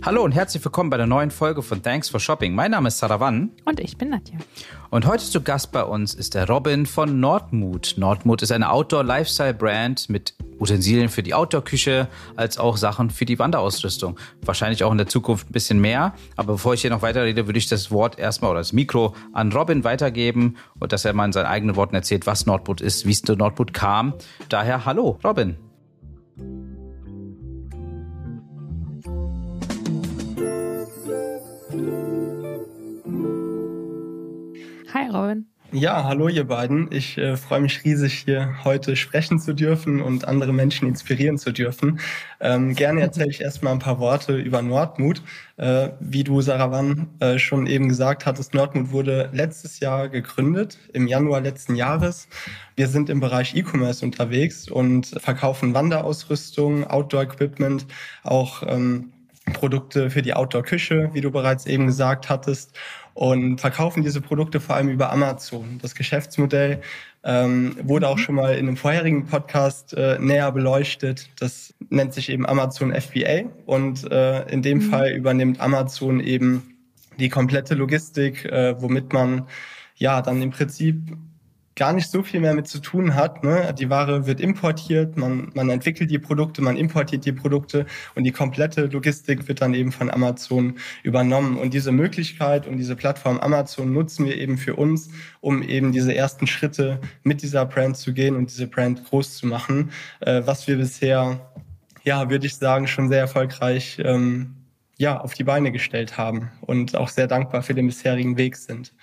Hallo und herzlich willkommen bei der neuen Folge von Thanks for Shopping. Mein Name ist Saravan. Und ich bin Nadja. Und heute zu Gast bei uns ist der Robin von Nordmut. Nordmut ist eine Outdoor-Lifestyle-Brand mit Utensilien für die Outdoor-Küche, als auch Sachen für die Wanderausrüstung. Wahrscheinlich auch in der Zukunft ein bisschen mehr. Aber bevor ich hier noch weiterrede, würde ich das Wort erstmal oder das Mikro an Robin weitergeben und dass er mal in seinen eigenen Worten erzählt, was Nordmut ist, wie es zu Nordmut kam. Daher hallo, Robin. Hi Robin. Ja, hallo ihr beiden. Ich freue mich riesig, hier heute sprechen zu dürfen und andere Menschen inspirieren zu dürfen. Gerne erzähle ich erstmal ein paar Worte über Nordmut. Wie du, Saravan, schon eben gesagt hattest, Nordmut wurde letztes Jahr gegründet, im Januar letzten Jahres. Wir sind im Bereich E-Commerce unterwegs und verkaufen Wanderausrüstung, Outdoor-Equipment, auch Produkte für die Outdoor-Küche, wie du bereits eben gesagt hattest. Und verkaufen diese Produkte vor allem über Amazon. Das Geschäftsmodell wurde auch schon mal in einem vorherigen Podcast näher beleuchtet. Das nennt sich eben Amazon FBA und in dem Fall übernimmt Amazon eben die komplette Logistik, womit man ja dann im Prinzip gar nicht so viel mehr mit zu tun hat. Ne? Die Ware wird importiert, man entwickelt die Produkte, man importiert die Produkte und die komplette Logistik wird dann eben von Amazon übernommen. Und diese Möglichkeit und diese Plattform Amazon nutzen wir eben für uns, um eben diese ersten Schritte mit dieser Brand zu gehen und diese Brand groß zu machen, was wir bisher, ja, würde ich sagen, schon sehr erfolgreich auf die Beine gestellt haben und auch sehr dankbar für den bisherigen Weg sind.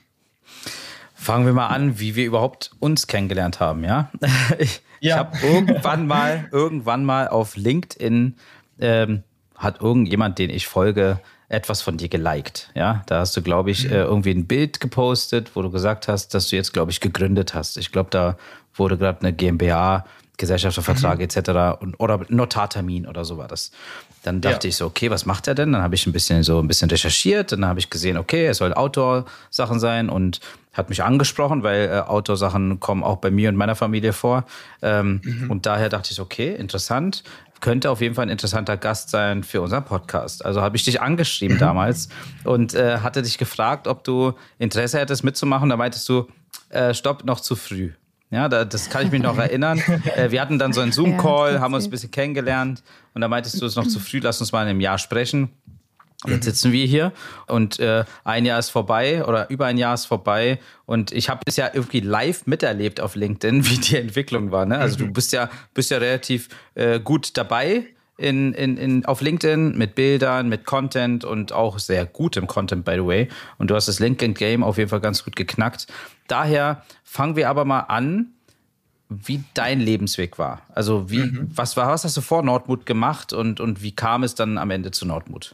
Fangen wir mal an, wie wir überhaupt uns kennengelernt haben, ja? Ich habe irgendwann mal auf LinkedIn hat irgendjemand, den ich folge, etwas von dir geliked, ja? Da hast du, glaube ich, irgendwie ein Bild gepostet, wo du gesagt hast, dass du jetzt, glaube ich, gegründet hast. Ich glaube, da wurde gerade eine GmbH, Gesellschaftervertrag etc. oder Notartermin oder so war das. Dann dachte ich so, okay, was macht er denn? Dann habe ich ein bisschen recherchiert. Dann habe ich gesehen, okay, es soll Outdoor-Sachen sein und hat mich angesprochen, weil Outdoor-Sachen kommen auch bei mir und meiner Familie vor. Und daher dachte ich, okay, interessant. Könnte auf jeden Fall ein interessanter Gast sein für unseren Podcast. Also habe ich dich angeschrieben damals und hatte dich gefragt, ob du Interesse hättest mitzumachen. Da meintest du, stopp, noch zu früh. Ja, das kann ich mich noch erinnern. Wir hatten dann so einen Zoom-Call, haben uns ein bisschen kennengelernt und da meintest du, es ist noch zu früh, lass uns mal in einem Jahr sprechen. Und jetzt sitzen wir hier und ein Jahr ist vorbei oder über ein Jahr ist vorbei und ich habe es ja irgendwie live miterlebt auf LinkedIn, wie die Entwicklung war. Ne? Also du bist ja relativ gut dabei auf LinkedIn mit Bildern, mit Content und auch sehr gutem Content, by the way. Und du hast das LinkedIn-Game auf jeden Fall ganz gut geknackt. Daher fangen wir aber mal an, wie dein Lebensweg war. Also was hast du vor Nordmut gemacht und wie kam es dann am Ende zu Nordmut?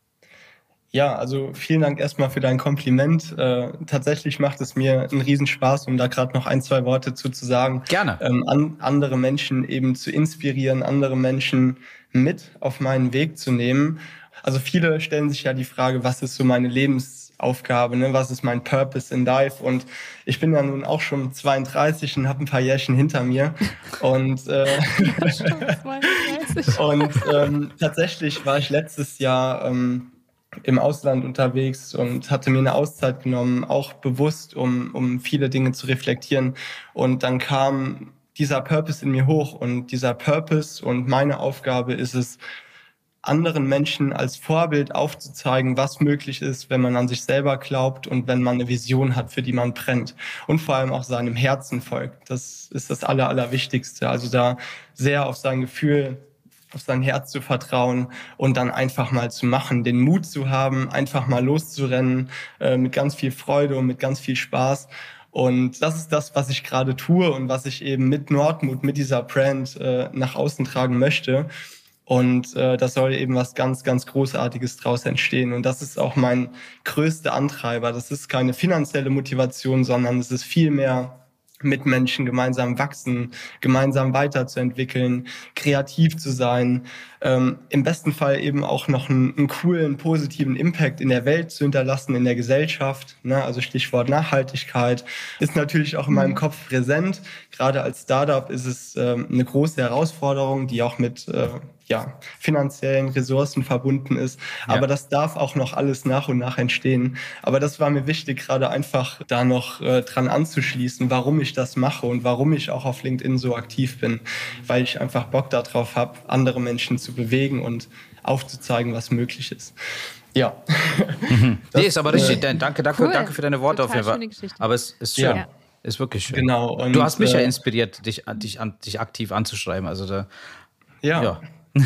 Ja, also vielen Dank erstmal für dein Kompliment. Tatsächlich macht es mir einen Riesenspaß, um da gerade noch ein, zwei Worte zu sagen. Gerne. Andere Menschen eben zu inspirieren, andere Menschen mit auf meinen Weg zu nehmen. Also viele stellen sich ja die Frage, was ist so meine Lebensaufgabe, ne? Was ist mein Purpose in Life? Und ich bin ja nun auch schon 32 und habe ein paar Jährchen hinter mir. Und, tatsächlich war ich letztes Jahr im Ausland unterwegs und hatte mir eine Auszeit genommen, auch bewusst, um viele Dinge zu reflektieren. Und dann kam dieser Purpose in mir hoch und dieser Purpose und meine Aufgabe ist es, anderen Menschen als Vorbild aufzuzeigen, was möglich ist, wenn man an sich selber glaubt und wenn man eine Vision hat, für die man brennt und vor allem auch seinem Herzen folgt. Das ist das Allerwichtigste. Also da sehr auf sein Gefühl, auf sein Herz zu vertrauen und dann einfach mal zu machen, den Mut zu haben, einfach mal loszurennen, mit ganz viel Freude und mit ganz viel Spaß. Und das ist das, was ich gerade tue und was ich eben mit Nordmut, mit dieser Brand nach außen tragen möchte. Und da soll eben was ganz, ganz Großartiges draus entstehen. Und das ist auch mein größter Antreiber. Das ist keine finanzielle Motivation, sondern es ist vielmehr mit Menschen gemeinsam wachsen, gemeinsam weiterzuentwickeln, kreativ zu sein, im besten Fall eben auch noch einen coolen, positiven Impact in der Welt zu hinterlassen, in der Gesellschaft. Ne? Also Stichwort Nachhaltigkeit ist natürlich auch in meinem Kopf präsent. Gerade als Startup ist es eine große Herausforderung, die auch mit finanziellen Ressourcen verbunden ist. Ja. Aber das darf auch noch alles nach und nach entstehen. Aber das war mir wichtig, gerade einfach da noch dran anzuschließen, warum ich das mache und warum ich auch auf LinkedIn so aktiv bin. Weil ich einfach Bock darauf habe, andere Menschen zu bewegen und aufzuzeigen, was möglich ist. Ja. Nee, ist aber richtig. Danke cool. Für deine Worte. Total auf jeden Fall. schöne Geschichte. Aber es ist schön. Ja. Ist wirklich schön. Genau. Und, du hast mich ja inspiriert, dich aktiv anzuschreiben. Also da. Ja.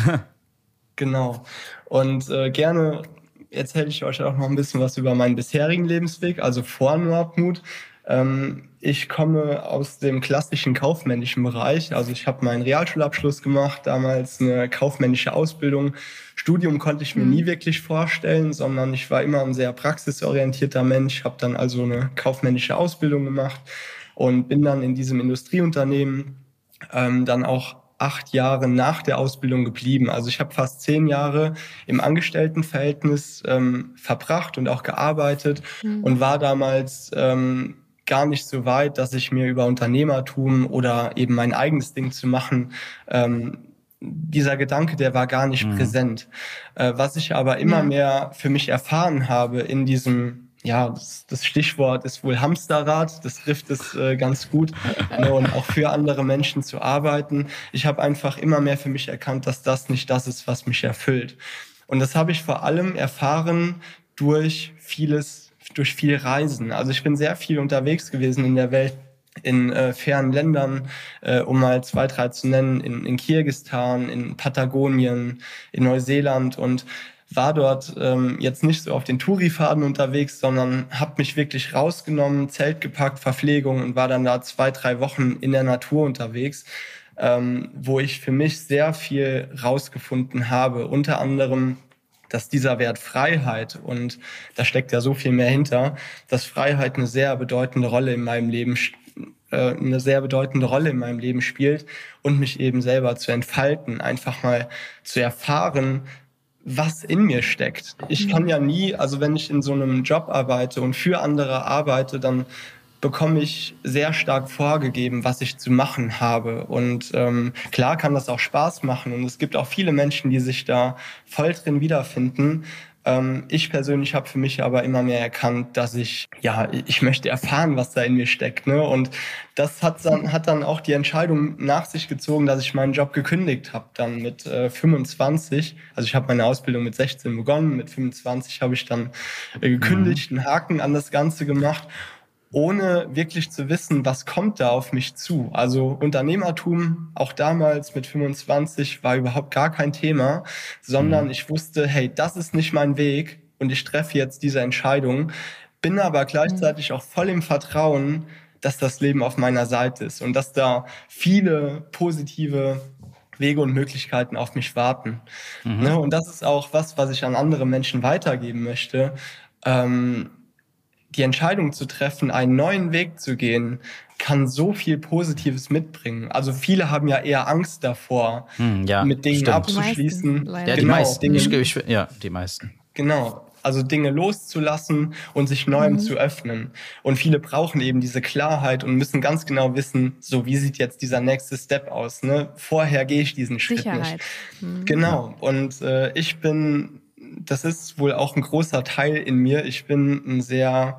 Genau. Und gerne erzähle ich euch auch noch ein bisschen was über meinen bisherigen Lebensweg, also vor Nordmut. Ich komme aus dem klassischen kaufmännischen Bereich. Also ich habe meinen Realschulabschluss gemacht, damals eine kaufmännische Ausbildung. Studium konnte ich mir nie wirklich vorstellen, sondern ich war immer ein sehr praxisorientierter Mensch, habe dann also eine kaufmännische Ausbildung gemacht und bin dann in diesem Industrieunternehmen dann auch 8 Jahre nach der Ausbildung geblieben. Also ich habe fast 10 Jahre im Angestelltenverhältnis verbracht und auch gearbeitet und war damals gar nicht so weit, dass ich mir über Unternehmertum oder eben mein eigenes Ding zu machen, dieser Gedanke, der war gar nicht präsent. Was ich aber immer mehr für mich erfahren habe in diesem, das Stichwort ist wohl Hamsterrad, das trifft es ganz gut, und auch für andere Menschen zu arbeiten. Ich habe einfach immer mehr für mich erkannt, dass das nicht das ist, was mich erfüllt. Und das habe ich vor allem erfahren durch viel Reisen. Also ich bin sehr viel unterwegs gewesen in der Welt, in fernen Ländern, um mal 2, 3 zu nennen, in Kirgisistan, in Patagonien, in Neuseeland und war dort jetzt nicht so auf den Tourifaden unterwegs, sondern habe mich wirklich rausgenommen, Zelt gepackt, Verpflegung und war dann da 2, 3 Wochen in der Natur unterwegs, wo ich für mich sehr viel rausgefunden habe, unter anderem, dass dieser Wert Freiheit, und da steckt ja so viel mehr hinter, dass Freiheit eine sehr bedeutende Rolle in meinem Leben spielt und mich eben selber zu entfalten, einfach mal zu erfahren, was in mir steckt. Ich kann ja nie, also wenn ich in so einem Job arbeite und für andere arbeite, dann bekomme ich sehr stark vorgegeben, was ich zu machen habe. Und klar kann das auch Spaß machen. Und es gibt auch viele Menschen, die sich da voll drin wiederfinden. Ich persönlich habe für mich aber immer mehr erkannt, dass ich möchte erfahren, was da in mir steckt. Ne? Und das hat dann auch die Entscheidung nach sich gezogen, dass ich meinen Job gekündigt habe. Dann mit 25, also ich habe meine Ausbildung mit 16 begonnen, mit 25 habe ich dann gekündigt, einen Haken an das Ganze gemacht, ohne wirklich zu wissen, was kommt da auf mich zu. Also Unternehmertum, auch damals mit 25, war überhaupt gar kein Thema, sondern ich wusste, hey, das ist nicht mein Weg und ich treffe jetzt diese Entscheidung, bin aber gleichzeitig auch voll im Vertrauen, dass das Leben auf meiner Seite ist und dass da viele positive Wege und Möglichkeiten auf mich warten. Ne? Und das ist auch was ich an andere Menschen weitergeben möchte. Die Entscheidung zu treffen, einen neuen Weg zu gehen, kann so viel Positives mitbringen. Also viele haben ja eher Angst davor, mit Dingen abzuschließen. Die meisten. Die meisten. Genau. Also Dinge loszulassen und sich Neuem zu öffnen. Und viele brauchen eben diese Klarheit und müssen ganz genau wissen, so wie sieht jetzt dieser nächste Step aus. Ne? Vorher gehe ich diesen Schritt nicht. Genau. Und das ist wohl auch ein großer Teil in mir. Ich bin ein sehr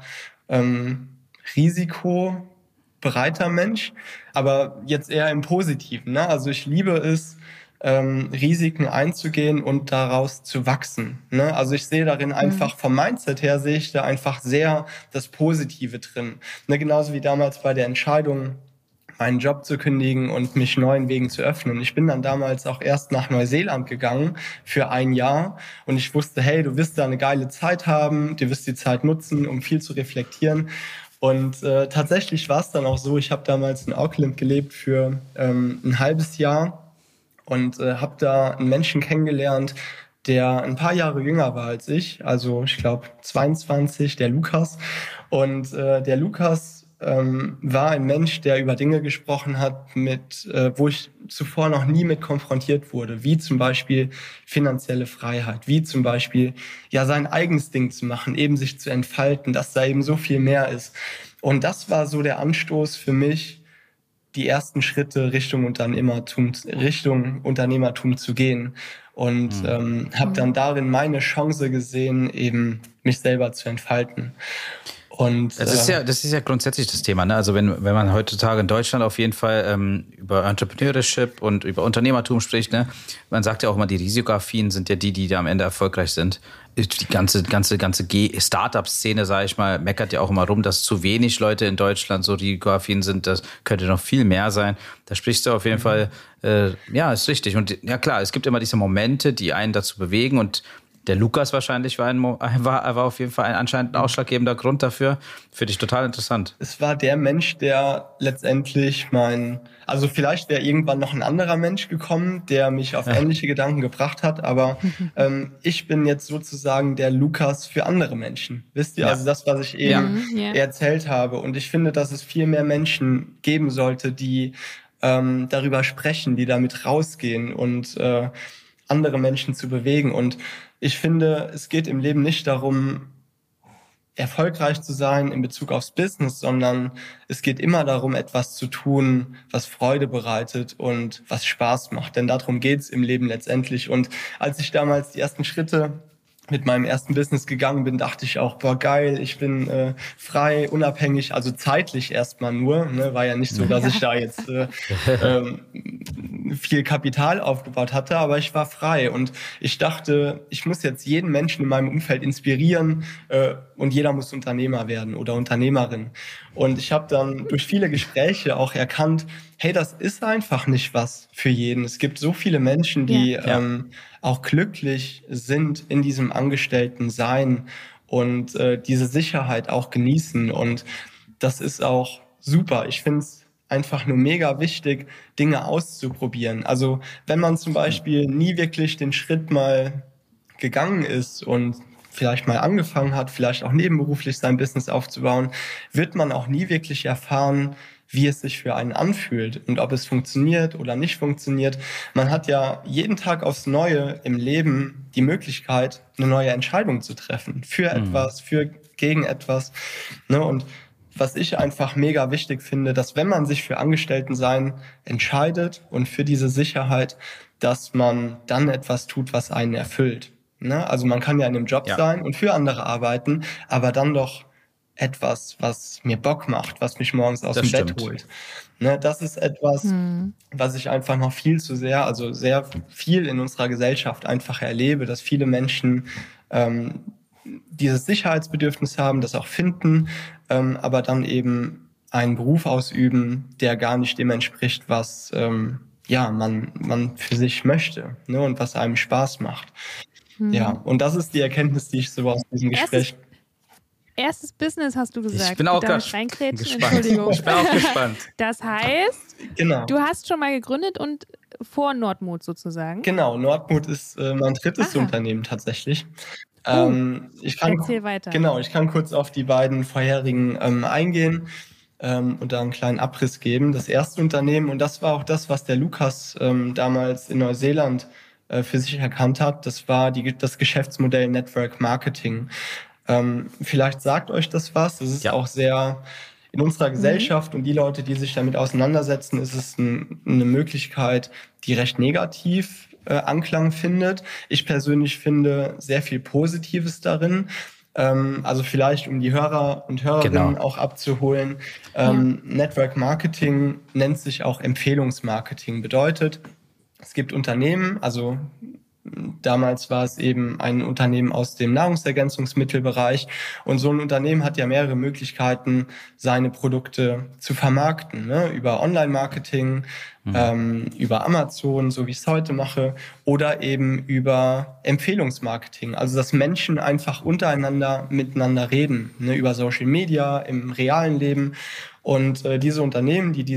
risikobereiter Mensch, aber jetzt eher im Positiven. Ne? Also ich liebe es, Risiken einzugehen und daraus zu wachsen. Ne? Also ich sehe darin einfach, vom Mindset her sehe ich da einfach sehr das Positive drin. Ne? Genauso wie damals bei der Entscheidung, meinen Job zu kündigen und mich neuen Wegen zu öffnen. Ich bin dann damals auch erst nach Neuseeland gegangen für 1 Jahr und ich wusste, hey, du wirst da eine geile Zeit haben, du wirst die Zeit nutzen, um viel zu reflektieren. Und tatsächlich war es dann auch so, ich habe damals in Auckland gelebt für ein halbes Jahr und habe da einen Menschen kennengelernt, der ein paar Jahre jünger war als ich, also ich glaube 22, der Lukas. Und der Lukas war ein Mensch, der über Dinge gesprochen hat, wo ich zuvor noch nie mit konfrontiert wurde, wie zum Beispiel finanzielle Freiheit, wie zum Beispiel sein eigenes Ding zu machen, eben sich zu entfalten, dass da eben so viel mehr ist. Und das war so der Anstoß für mich, die ersten Schritte Richtung Unternehmertum zu gehen. Und habe dann darin meine Chance gesehen, eben mich selber zu entfalten. Und das ist ja grundsätzlich das Thema, ne? Also wenn man heutzutage in Deutschland auf jeden Fall über Entrepreneurship und über Unternehmertum spricht, ne? Man sagt ja auch immer, die Risikoaffinen sind ja die da am Ende erfolgreich sind. Die ganze Startup-Szene, sage ich mal, meckert ja auch immer rum, dass zu wenig Leute in Deutschland so risikoaffin sind. Das könnte noch viel mehr sein. Da sprichst du auf jeden Fall, ja, ist richtig. Und ja klar, es gibt immer diese Momente, die einen dazu bewegen, und der Lukas wahrscheinlich war auf jeden Fall anscheinend ein ausschlaggebender Grund dafür. Finde ich total interessant. Es war der Mensch, der letztendlich also vielleicht wäre irgendwann noch ein anderer Mensch gekommen, der mich auf ähnliche Gedanken gebracht hat, aber ich bin jetzt sozusagen der Lukas für andere Menschen. Wisst ihr? Ja. Also das, was ich eben erzählt habe. Und ich finde, dass es viel mehr Menschen geben sollte, die darüber sprechen, die damit rausgehen und andere Menschen zu bewegen. Und ich finde, es geht im Leben nicht darum, erfolgreich zu sein in Bezug aufs Business, sondern es geht immer darum, etwas zu tun, was Freude bereitet und was Spaß macht. Denn darum geht's im Leben letztendlich. Und als ich damals die ersten Schritte mit meinem ersten Business gegangen bin, dachte ich auch, boah, geil, ich bin frei, unabhängig, also zeitlich erstmal nur. Ne? War ja nicht so, dass ich da jetzt viel Kapital aufgebaut hatte, aber ich war frei. Und ich dachte, ich muss jetzt jeden Menschen in meinem Umfeld inspirieren und jeder muss Unternehmer werden oder Unternehmerin. Und ich habe dann durch viele Gespräche auch erkannt, hey, das ist einfach nicht was für jeden. Es gibt so viele Menschen, die auch glücklich sind in diesem Angestellten-Sein und diese Sicherheit auch genießen. Und das ist auch super. Ich finde es einfach nur mega wichtig, Dinge auszuprobieren. Also wenn man zum Beispiel nie wirklich den Schritt mal gegangen ist und vielleicht mal angefangen hat, vielleicht auch nebenberuflich sein Business aufzubauen, wird man auch nie wirklich erfahren, wie es sich für einen anfühlt und ob es funktioniert oder nicht funktioniert. Man hat ja jeden Tag aufs Neue im Leben die Möglichkeit, eine neue Entscheidung zu treffen. Für etwas, gegen etwas. Ne? Und was ich einfach mega wichtig finde, dass wenn man sich für Angestelltensein entscheidet und für diese Sicherheit, dass man dann etwas tut, was einen erfüllt. Ne? Also man kann ja in einem Job sein und für andere arbeiten, aber dann doch etwas, was mir Bock macht, was mich morgens aus dem Bett holt. Ne, das ist etwas, was ich einfach noch viel zu sehr, also sehr viel in unserer Gesellschaft einfach erlebe, dass viele Menschen dieses Sicherheitsbedürfnis haben, das auch finden, aber dann eben einen Beruf ausüben, der gar nicht dem entspricht, was man für sich möchte, ne, und was einem Spaß macht. Ja, und das ist die Erkenntnis, die ich so aus diesem Gespräch... Erstes Business, hast du gesagt. Ich bin auch gespannt. Entschuldigung. Ich bin auch gespannt. Das heißt, du hast schon mal gegründet und vor Nordmut sozusagen? Genau, Nordmut ist mein drittes Unternehmen tatsächlich. Erzähl weiter. Genau, ich kann kurz auf die beiden vorherigen eingehen und da einen kleinen Abriss geben. Das erste Unternehmen, und das war auch das, was der Lukas damals in Neuseeland für sich erkannt hat, das war das Geschäftsmodell Network Marketing. Vielleicht sagt euch das was. Das ist auch sehr in unserer Gesellschaft und die Leute, die sich damit auseinandersetzen, ist es eine Möglichkeit, die recht negativ Anklang findet. Ich persönlich finde sehr viel Positives darin. Also vielleicht, um die Hörer und Hörerinnen auch abzuholen. Network Marketing nennt sich auch Empfehlungsmarketing. Bedeutet, es gibt Unternehmen, also damals war es eben ein Unternehmen aus dem Nahrungsergänzungsmittelbereich und so ein Unternehmen hat ja mehrere Möglichkeiten, seine Produkte zu vermarkten, ne? Über Online-Marketing, über Amazon, so wie ich es heute mache, oder eben über Empfehlungsmarketing, also dass Menschen einfach untereinander miteinander reden, ne? Über Social Media, im realen Leben und diese Unternehmen, die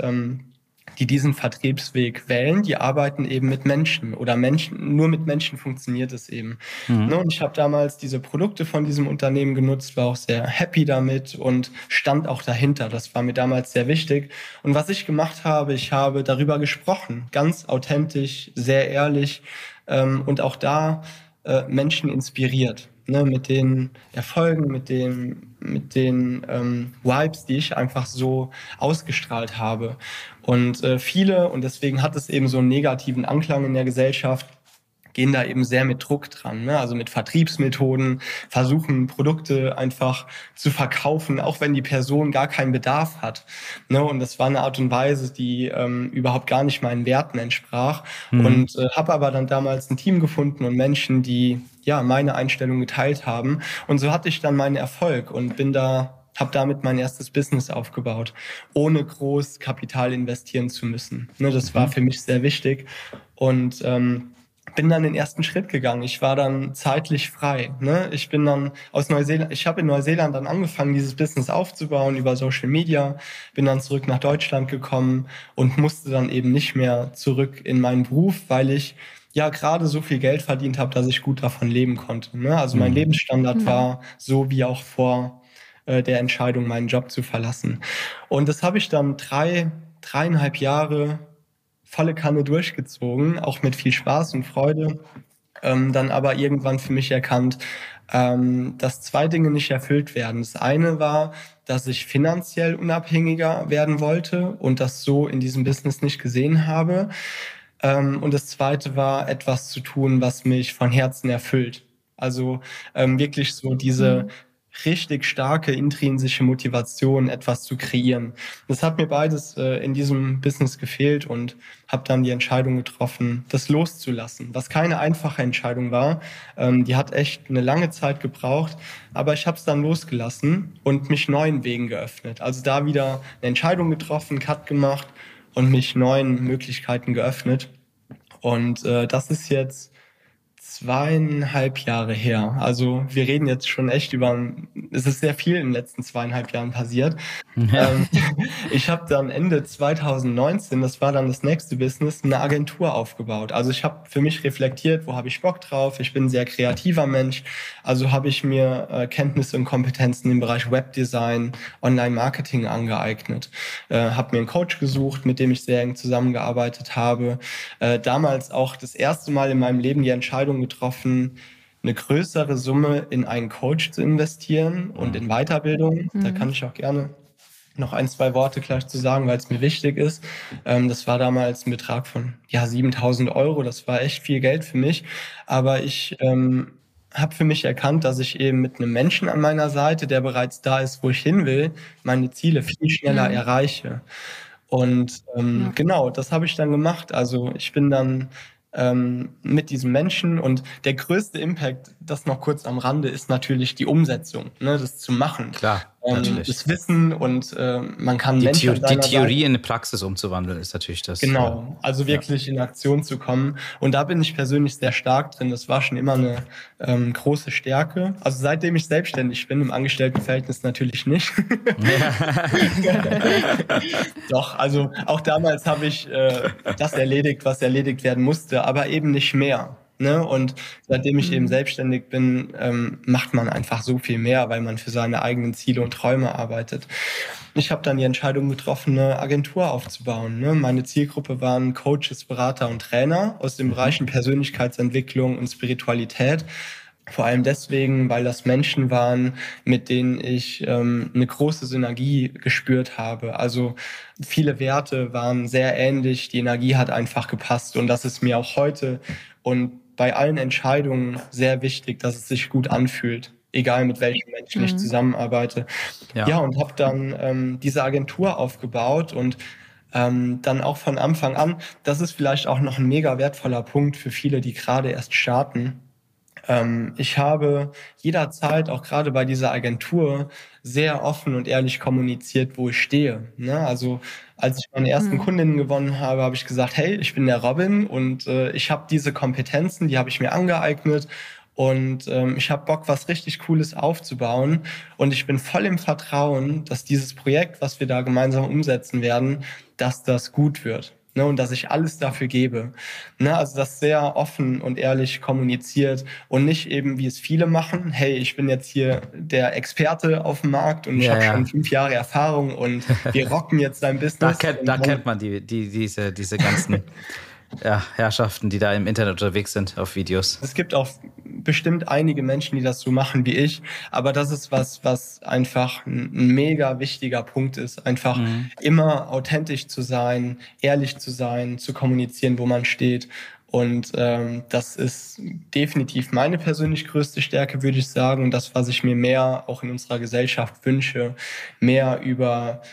diesen Vertriebsweg wählen, die arbeiten eben mit Menschen oder nur mit Menschen funktioniert es eben. Und ich habe damals diese Produkte von diesem Unternehmen genutzt, war auch sehr happy damit und stand auch dahinter. Das war mir damals sehr wichtig. Und was ich gemacht habe, ich habe darüber gesprochen, ganz authentisch, sehr ehrlich und auch da Menschen inspiriert. ne, mit den Erfolgen, mit den Vibes, die ich einfach so ausgestrahlt habe. Und viele, und deswegen hat es eben so einen negativen Anklang in der Gesellschaft, gehen da eben sehr mit Druck dran, ne? Also mit Vertriebsmethoden, versuchen Produkte einfach zu verkaufen, auch wenn die Person gar keinen Bedarf hat, ne? Und das war eine Art und Weise, die überhaupt gar nicht meinen Werten entsprach. Und habe aber dann damals ein Team gefunden und Menschen, die ja meine Einstellung geteilt haben. Und so hatte ich dann meinen Erfolg und habe damit mein erstes Business aufgebaut, ohne groß Kapital investieren zu müssen. Ne? Das war für mich sehr wichtig. Und bin dann den ersten Schritt gegangen. Ich war dann zeitlich frei. Ne? Ich bin dann ich habe in Neuseeland dann angefangen, dieses Business aufzubauen über Social Media, bin dann zurück nach Deutschland gekommen und musste dann eben nicht mehr zurück in meinen Beruf, weil ich ja gerade so viel Geld verdient habe, dass ich gut davon leben konnte. Ne? Also mein Lebensstandard war so wie auch vor der Entscheidung, meinen Job zu verlassen. Und das habe ich dann 3,5 Jahre volle Kanne durchgezogen, auch mit viel Spaß und Freude. Dann aber irgendwann für mich erkannt, dass 2 Dinge nicht erfüllt werden. Das eine war, dass ich finanziell unabhängiger werden wollte und das so in diesem Business nicht gesehen habe. Und das zweite war, etwas zu tun, was mich von Herzen erfüllt. Also wirklich so diese richtig starke intrinsische Motivation, etwas zu kreieren. Das hat mir beides in diesem Business gefehlt und habe dann die Entscheidung getroffen, das loszulassen, was keine einfache Entscheidung war. Die hat echt eine lange Zeit gebraucht, aber ich habe es dann losgelassen und mich neuen Wegen geöffnet. Also da wieder eine Entscheidung getroffen, Cut gemacht und mich neuen Möglichkeiten geöffnet. Und das ist jetzt 2,5 Jahre her. Also wir reden jetzt schon echt es ist sehr viel in den letzten 2,5 Jahren passiert. Ich habe dann Ende 2019, das war dann das nächste Business, eine Agentur aufgebaut. Also ich habe für mich reflektiert, wo habe ich Bock drauf? Ich bin ein sehr kreativer Mensch. Also habe ich mir Kenntnisse und Kompetenzen im Bereich Webdesign, Online-Marketing angeeignet. Habe mir einen Coach gesucht, mit dem ich sehr eng zusammengearbeitet habe. Damals auch das erste Mal in meinem Leben die Entscheidung getroffen, eine größere Summe in einen Coach zu investieren und in Weiterbildung. Da kann ich auch gerne noch 1-2 Worte gleich zu sagen, weil es mir wichtig ist. Das war damals ein Betrag von 7.000 Euro. Das war echt viel Geld für mich. Aber ich habe für mich erkannt, dass ich eben mit einem Menschen an meiner Seite, der bereits da ist, wo ich hin will, meine Ziele viel schneller erreiche. Und genau, das habe ich dann gemacht. Also ich bin dann mit diesem Menschen und der größte Impact, das noch kurz am Rande, ist natürlich die Umsetzung, ne, das zu machen. Klar, natürlich. Das Wissen und man kann die Theorie in eine Praxis umzuwandeln ist natürlich das. Genau, also wirklich in Aktion zu kommen. Und da bin ich persönlich sehr stark drin. Das war schon immer eine große Stärke. Also seitdem ich selbstständig bin, im Angestelltenverhältnis natürlich nicht. Doch, also auch damals habe ich das erledigt, was erledigt werden musste, aber eben nicht mehr. Ne? Und seitdem ich eben selbstständig bin, macht man einfach so viel mehr, weil man für seine eigenen Ziele und Träume arbeitet. Ich habe dann die Entscheidung getroffen, eine Agentur aufzubauen. Ne? Meine Zielgruppe waren Coaches, Berater und Trainer aus den Bereichen Persönlichkeitsentwicklung und Spiritualität. Vor allem deswegen, weil das Menschen waren, mit denen ich eine große Synergie gespürt habe. Also viele Werte waren sehr ähnlich, die Energie hat einfach gepasst und das ist mir auch heute und bei allen Entscheidungen sehr wichtig, dass es sich gut anfühlt, egal mit welchen Menschen ich zusammenarbeite. Ja, und habe dann diese Agentur aufgebaut und dann auch von Anfang an, das ist vielleicht auch noch ein mega wertvoller Punkt für viele, die gerade erst starten. Ich habe jederzeit, auch gerade bei dieser Agentur, sehr offen und ehrlich kommuniziert, wo ich stehe. Ne? Also als ich meine ersten Kundinnen gewonnen habe, habe ich gesagt, hey, ich bin der Robin und ich habe diese Kompetenzen, die habe ich mir angeeignet und ich habe Bock, was richtig Cooles aufzubauen und ich bin voll im Vertrauen, dass dieses Projekt, was wir da gemeinsam umsetzen werden, dass das gut wird. Ne, und dass ich alles dafür gebe. Ne, also das sehr offen und ehrlich kommuniziert und nicht eben, wie es viele machen, hey, ich bin jetzt hier der Experte auf dem Markt und ich habe schon 5 Jahre Erfahrung und wir rocken jetzt dein Business. Da kennt man diese ganzen Herrschaften, die da im Internet unterwegs sind auf Videos. Es gibt auch bestimmt einige Menschen, die das so machen wie ich, aber das ist was einfach ein mega wichtiger Punkt ist, einfach immer authentisch zu sein, ehrlich zu sein, zu kommunizieren, wo man steht. Und das ist definitiv meine persönlich größte Stärke, würde ich sagen. Und das, was ich mir mehr auch in unserer Gesellschaft wünsche, mehr über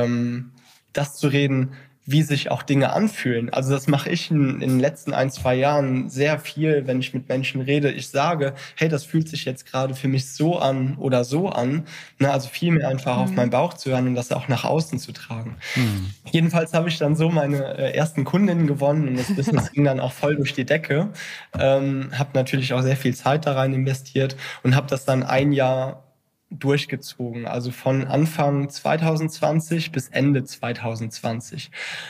das zu reden, wie sich auch Dinge anfühlen. Also das mache ich in den letzten 1-2 Jahren sehr viel, wenn ich mit Menschen rede. Ich sage, hey, das fühlt sich jetzt gerade für mich so an oder so an. Also viel mehr einfach auf meinen Bauch zu hören und das auch nach außen zu tragen. Jedenfalls habe ich dann so meine ersten Kundinnen gewonnen und das Business ging dann auch voll durch die Decke. Habe natürlich auch sehr viel Zeit da rein investiert und habe das dann ein Jahr durchgezogen, also von Anfang 2020 bis Ende 2020.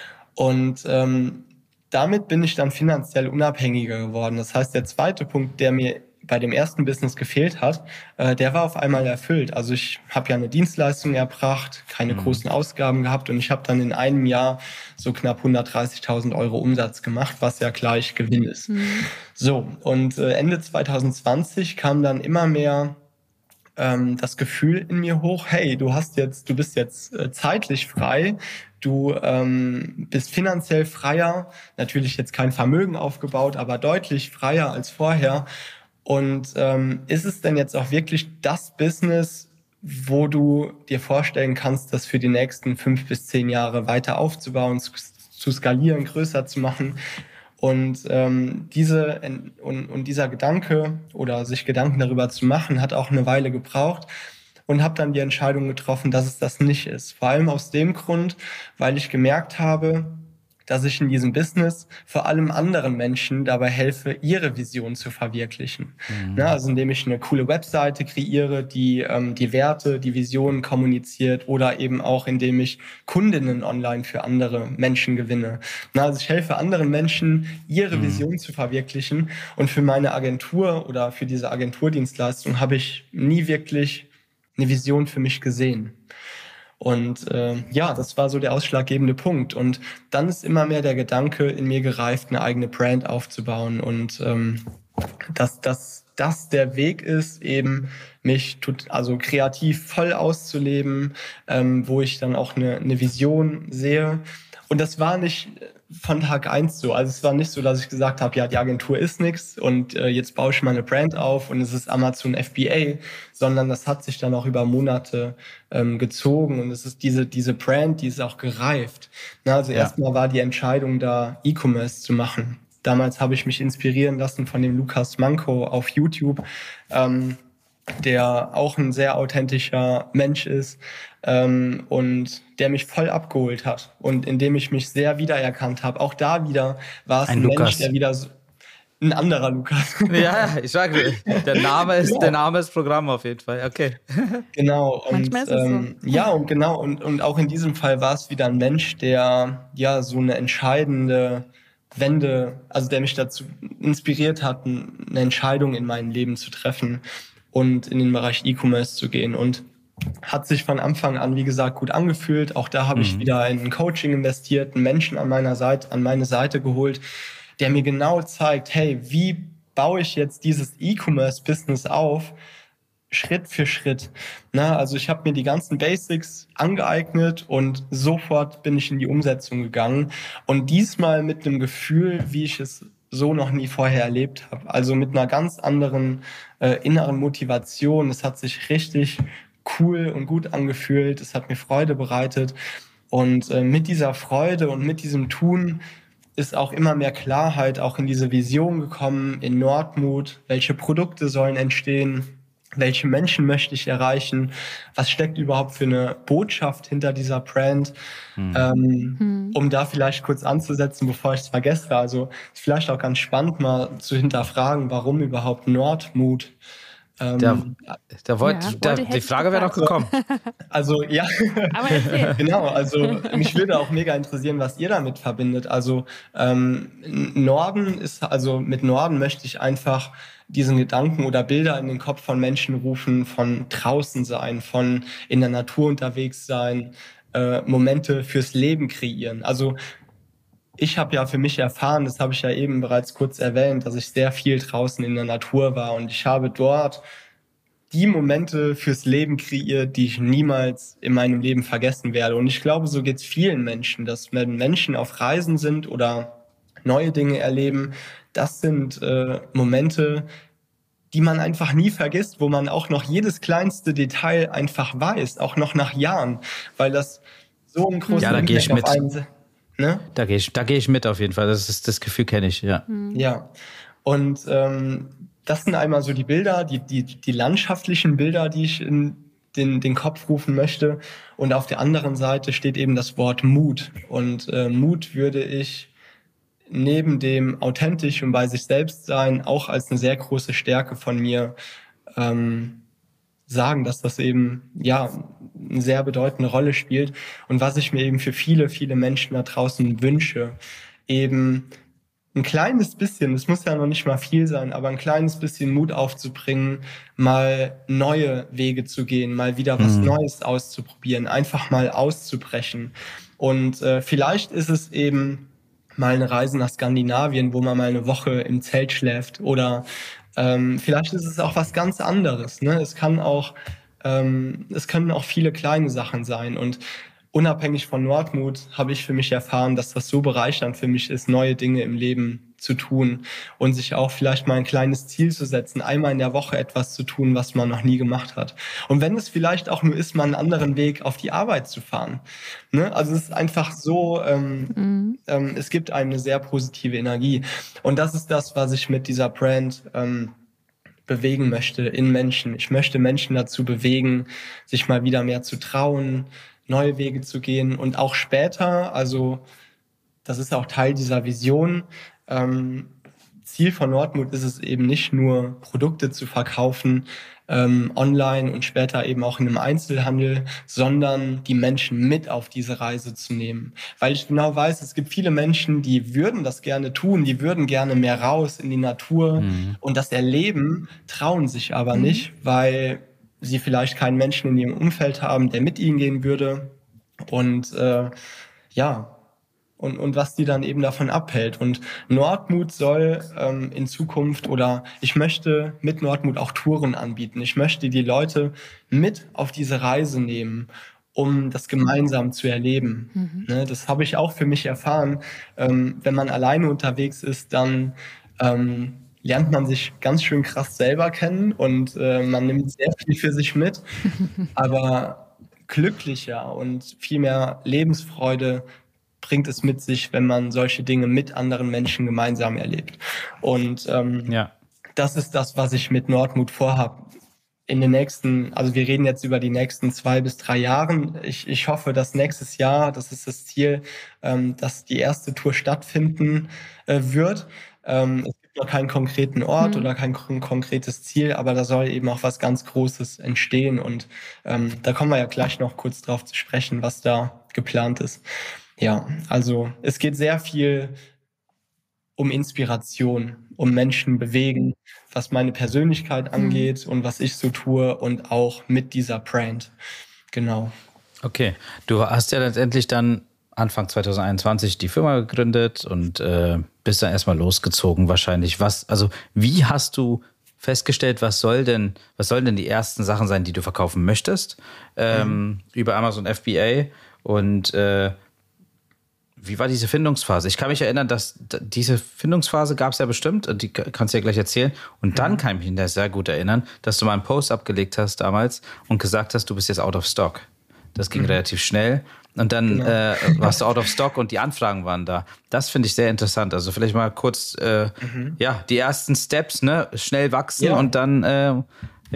Und damit bin ich dann finanziell unabhängiger geworden. Das heißt, der zweite Punkt, der mir bei dem ersten Business gefehlt hat, der war auf einmal erfüllt. Also ich habe ja eine Dienstleistung erbracht, keine großen Ausgaben gehabt und ich habe dann in einem Jahr so knapp 130.000 Euro Umsatz gemacht, was ja gleich Gewinn ist. So, und Ende 2020 kam dann immer mehr das Gefühl in mir hoch, hey, du bist jetzt zeitlich frei, du bist finanziell freier, natürlich jetzt kein Vermögen aufgebaut, aber deutlich freier als vorher. Und ist es denn jetzt auch wirklich das Business, wo du dir vorstellen kannst, das für die nächsten 5 bis 10 Jahre weiter aufzubauen, zu skalieren, größer zu machen? Und dieser Gedanke oder sich Gedanken darüber zu machen, hat auch eine Weile gebraucht und habe dann die Entscheidung getroffen, dass es das nicht ist. Vor allem aus dem Grund, weil ich gemerkt habe, dass ich in diesem Business vor allem anderen Menschen dabei helfe, ihre Vision zu verwirklichen. Also indem ich eine coole Webseite kreiere, die die Werte, die Visionen kommuniziert oder eben auch indem ich Kundinnen online für andere Menschen gewinne. Also ich helfe anderen Menschen, ihre Vision zu verwirklichen und für meine Agentur oder für diese Agenturdienstleistung habe ich nie wirklich eine Vision für mich gesehen. Und das war so der ausschlaggebende Punkt. Und dann ist immer mehr der Gedanke in mir gereift, eine eigene Brand aufzubauen. Und dass das der Weg ist, eben mich kreativ voll auszuleben, wo ich dann auch eine Vision sehe. Und das war nicht von Tag 1 so. Also es war nicht so, dass ich gesagt habe, ja, die Agentur ist nix und jetzt baue ich meine Brand auf und es ist Amazon FBA, sondern das hat sich dann auch über Monate gezogen und es ist diese Brand, die ist auch gereift. Erstmal war die Entscheidung da, E-Commerce zu machen. Damals habe ich mich inspirieren lassen von dem Lukas Manko auf YouTube, der auch ein sehr authentischer Mensch ist und der mich voll abgeholt hat und in dem ich mich sehr wiedererkannt habe. Auch da wieder war es ein Mensch, der wieder so, ein anderer Lukas. Ja, ich sage, der Name ist Programm auf jeden Fall. Okay. Genau. Und und auch in diesem Fall war es wieder ein Mensch, der ja so eine entscheidende Wende, also der mich dazu inspiriert hat, eine Entscheidung in meinem Leben zu treffen und in den Bereich E-Commerce zu gehen. Und hat sich von Anfang an, wie gesagt, gut angefühlt. Auch da habe ich wieder in ein Coaching investiert, einen Menschen an meine Seite geholt, der mir genau zeigt, hey, wie baue ich jetzt dieses E-Commerce-Business auf, Schritt für Schritt. Also ich habe mir die ganzen Basics angeeignet und sofort bin ich in die Umsetzung gegangen. Und diesmal mit einem Gefühl, wie ich es so noch nie vorher erlebt habe. Also mit einer ganz anderen inneren Motivation. Es hat sich richtig cool und gut angefühlt. Es hat mir Freude bereitet. Und mit dieser Freude und mit diesem Tun ist auch immer mehr Klarheit auch in diese Vision gekommen, in Nordmut. Welche Produkte sollen entstehen? Welche Menschen möchte ich erreichen? Was steckt überhaupt für eine Botschaft hinter dieser Brand? Um da vielleicht kurz anzusetzen, bevor ich es vergesse. Also ist vielleicht auch ganz spannend, mal zu hinterfragen, warum überhaupt Nordmut? Die Frage wäre noch gekommen. Also ja, genau. Also mich würde auch mega interessieren, was ihr damit verbindet. Also Norden ist, also mit Norden möchte ich einfach diesen Gedanken oder Bilder in den Kopf von Menschen rufen, von draußen sein, von in der Natur unterwegs sein, Momente fürs Leben kreieren. Also ich habe ja für mich erfahren, das habe ich ja eben bereits kurz erwähnt, dass ich sehr viel draußen in der Natur war und ich habe dort die Momente fürs Leben kreiert, die ich niemals in meinem Leben vergessen werde. Und ich glaube, so geht es vielen Menschen, dass wenn Menschen auf Reisen sind oder neue Dinge erleben, das sind Momente, die man einfach nie vergisst, wo man auch noch jedes kleinste Detail einfach weiß, auch noch nach Jahren, weil das so einen großen Impact auf einen... Ne? Da gehe ich mit auf jeden Fall. Das Gefühl kenne ich, ja. Ja, und das sind einmal so die Bilder, die landschaftlichen Bilder, die ich in den Kopf rufen möchte. Und auf der anderen Seite steht eben das Wort Mut. Und Mut würde ich neben dem authentisch und bei sich selbst sein auch als eine sehr große Stärke von mir sagen, dass das eben ja eine sehr bedeutende Rolle spielt und was ich mir eben für viele, viele Menschen da draußen wünsche, eben ein kleines bisschen, es muss ja noch nicht mal viel sein, aber ein kleines bisschen Mut aufzubringen, mal neue Wege zu gehen, mal wieder was Neues auszuprobieren, einfach mal auszubrechen. Und vielleicht ist es eben mal eine Reise nach Skandinavien, wo man mal eine Woche im Zelt schläft oder vielleicht ist es auch was ganz anderes. Ne? Es können auch viele kleine Sachen sein. Und unabhängig von Nordmut habe ich für mich erfahren, dass das so bereichernd für mich ist, neue Dinge im Leben zu tun und sich auch vielleicht mal ein kleines Ziel zu setzen, einmal in der Woche etwas zu tun, was man noch nie gemacht hat. Und wenn es vielleicht auch nur ist, mal einen anderen Weg auf die Arbeit zu fahren. Ne? Also es ist einfach so, es gibt einem eine sehr positive Energie. Und das ist das, was ich mit dieser Brand bewegen möchte in Menschen. Ich möchte Menschen dazu bewegen, sich mal wieder mehr zu trauen, neue Wege zu gehen und auch später, also das ist auch Teil dieser Vision, Ziel von Nordmut ist es eben nicht nur Produkte zu verkaufen, online und später eben auch in einem Einzelhandel, sondern die Menschen mit auf diese Reise zu nehmen. Weil ich genau weiß, es gibt viele Menschen, die würden das gerne tun, die würden gerne mehr raus in die Natur und das erleben, trauen sich aber nicht, weil sie vielleicht keinen Menschen in ihrem Umfeld haben, der mit ihnen gehen würde und und was die dann eben davon abhält. Und Nordmut soll in Zukunft oder ich möchte mit Nordmut auch Touren anbieten. Ich möchte die Leute mit auf diese Reise nehmen, um das gemeinsam zu erleben. Ne, das habe ich auch für mich erfahren. Wenn man alleine unterwegs ist, dann lernt man sich ganz schön krass selber kennen und man nimmt sehr viel für sich mit. Aber glücklicher und viel mehr Lebensfreude bringt es mit sich, wenn man solche Dinge mit anderen Menschen gemeinsam erlebt. Und das ist das, was ich mit Nordmut vorhabe. In den nächsten, also wir reden jetzt über die nächsten 2 bis 3 Jahren. Ich hoffe, dass nächstes Jahr, das ist das Ziel, dass die erste Tour stattfinden wird. Es gibt noch keinen konkreten Ort oder kein konkretes Ziel, aber da soll eben auch was ganz Großes entstehen. Und da kommen wir ja gleich noch kurz drauf zu sprechen, was da geplant ist. Ja, also es geht sehr viel um Inspiration, um Menschen bewegen, was meine Persönlichkeit angeht und was ich so tue und auch mit dieser Brand. Genau. Okay, du hast ja letztendlich dann Anfang 2021 die Firma gegründet und bist dann erstmal losgezogen wahrscheinlich. Wie hast du festgestellt, was sollen denn die ersten Sachen sein, die du verkaufen möchtest über Amazon FBA und wie war diese Findungsphase? Ich kann mich erinnern, dass diese Findungsphase gab es ja bestimmt, und die kannst du ja gleich erzählen. Und dann kann ich mich sehr gut erinnern, dass du mal einen Post abgelegt hast damals und gesagt hast, du bist jetzt out of stock. Das ging relativ schnell. Und dann warst du out of stock und die Anfragen waren da. Das finde ich sehr interessant. Also vielleicht mal kurz, die ersten Steps, ne? Schnell wachsen und dann,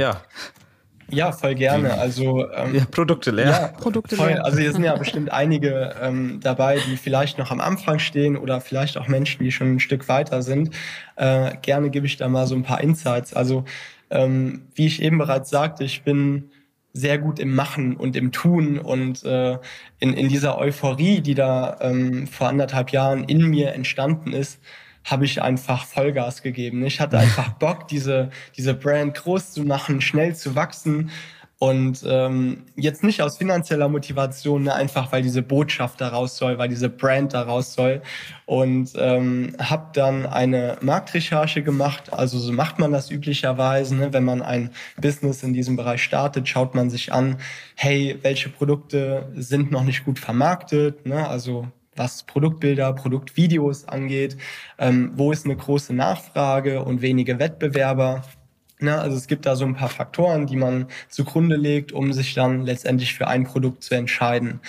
Ja, voll gerne. Also Produkte leer. Ja, Produkte voll. Leer. Also hier sind ja bestimmt einige dabei, die vielleicht noch am Anfang stehen oder vielleicht auch Menschen, die schon ein Stück weiter sind. Gerne gebe ich da mal so ein paar Insights. Also wie ich eben bereits sagte, ich bin sehr gut im Machen und im Tun und in dieser Euphorie, die da vor 1,5 Jahren in mir entstanden ist, habe ich einfach Vollgas gegeben. Ich hatte einfach Bock, diese Brand groß zu machen, schnell zu wachsen. Und jetzt nicht aus finanzieller Motivation, ne, einfach weil diese Botschaft da raus soll, weil diese Brand da raus soll. Und habe dann eine Marktrecherche gemacht. Also so macht man das üblicherweise, ne? Wenn man ein Business in diesem Bereich startet, schaut man sich an, hey, welche Produkte sind noch nicht gut vermarktet, ne? Also was Produktbilder, Produktvideos angeht, wo ist eine große Nachfrage und wenige Wettbewerber. Ja, also es gibt da so ein paar Faktoren, die man zugrunde legt, um sich dann letztendlich für ein Produkt zu entscheiden.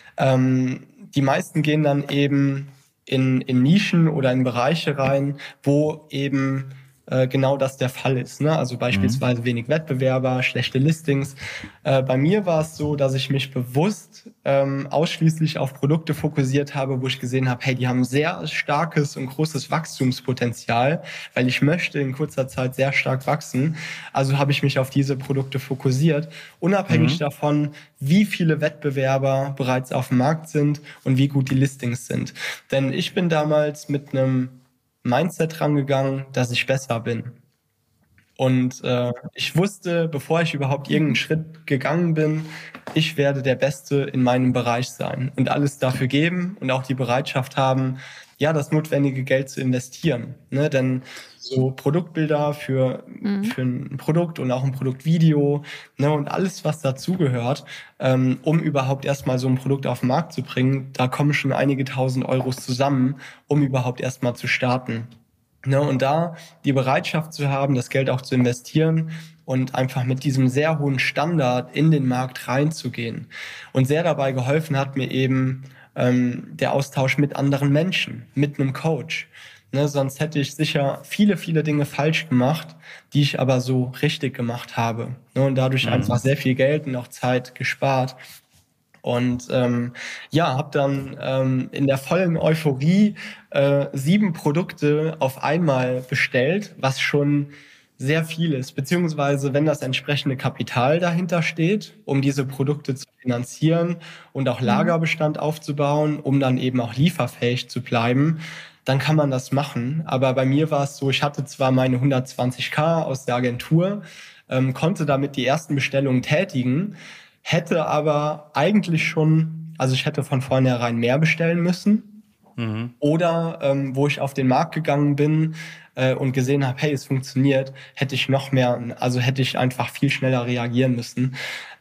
Die meisten gehen dann eben in Nischen oder in Bereiche rein, wo eben genau das der Fall ist, ne? Also beispielsweise wenig Wettbewerber, schlechte Listings. Bei mir war es so, dass ich mich bewusst ausschließlich auf Produkte fokussiert habe, wo ich gesehen habe, hey, die haben sehr starkes und großes Wachstumspotenzial, weil ich möchte in kurzer Zeit sehr stark wachsen. Also habe ich mich auf diese Produkte fokussiert, unabhängig davon, wie viele Wettbewerber bereits auf dem Markt sind und wie gut die Listings sind. Denn ich bin damals mit einem Mindset rangegangen, dass ich besser bin. Und ich wusste, bevor ich überhaupt irgendeinen Schritt gegangen bin, ich werde der Beste in meinem Bereich sein und alles dafür geben und auch die Bereitschaft haben, ja, das notwendige Geld zu investieren. Ne? Denn so Produktbilder für ein Produkt und auch ein Produktvideo, ne, und alles, was dazugehört, um überhaupt erstmal so ein Produkt auf den Markt zu bringen, da kommen schon einige tausend Euros zusammen, um überhaupt erstmal zu starten. Ne, und da die Bereitschaft zu haben, das Geld auch zu investieren und einfach mit diesem sehr hohen Standard in den Markt reinzugehen. Und sehr dabei geholfen hat mir eben der Austausch mit anderen Menschen, mit einem Coach. Ne, sonst hätte ich sicher viele, viele Dinge falsch gemacht, die ich aber so richtig gemacht habe. Ne, und dadurch einfach sehr viel Geld und auch Zeit gespart. Und habe dann in der vollen Euphorie 7 Produkte auf einmal bestellt, was schon sehr viel ist. Beziehungsweise, wenn das entsprechende Kapital dahinter steht, um diese Produkte zu finanzieren und auch Lagerbestand aufzubauen, um dann eben auch lieferfähig zu bleiben, dann kann man das machen. Aber bei mir war es so, ich hatte zwar meine 120.000 aus der Agentur, konnte damit die ersten Bestellungen tätigen, hätte aber eigentlich schon, also ich hätte von vornherein mehr bestellen müssen. Oder wo ich auf den Markt gegangen bin und gesehen habe, hey, es funktioniert, hätte ich noch mehr, also hätte ich einfach viel schneller reagieren müssen.